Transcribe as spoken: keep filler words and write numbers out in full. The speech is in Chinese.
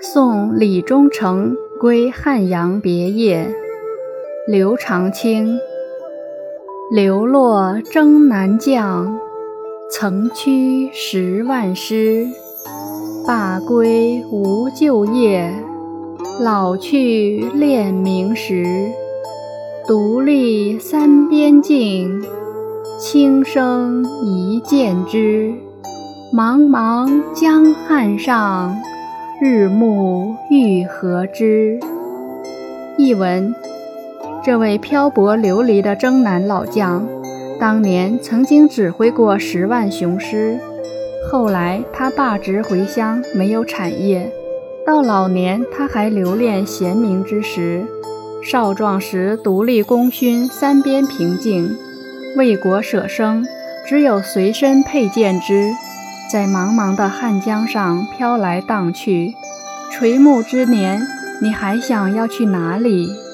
送李忠诚归汉阳别业。刘长卿。流落征南将，曾驱十万师。罢归无旧业，老去练明时。独立三边境，轻声一剑之。茫茫江汉上，日暮欲何之？译文：这位漂泊流离的征南老将，当年曾经指挥过十万雄师，后来他罢职回乡，没有产业。到老年他还留恋贤明之时，少壮时独立功勋三边平境，为国舍生，只有随身佩剑之，在茫茫的汉江上飘来荡去。垂暮之年，你还想要去哪里？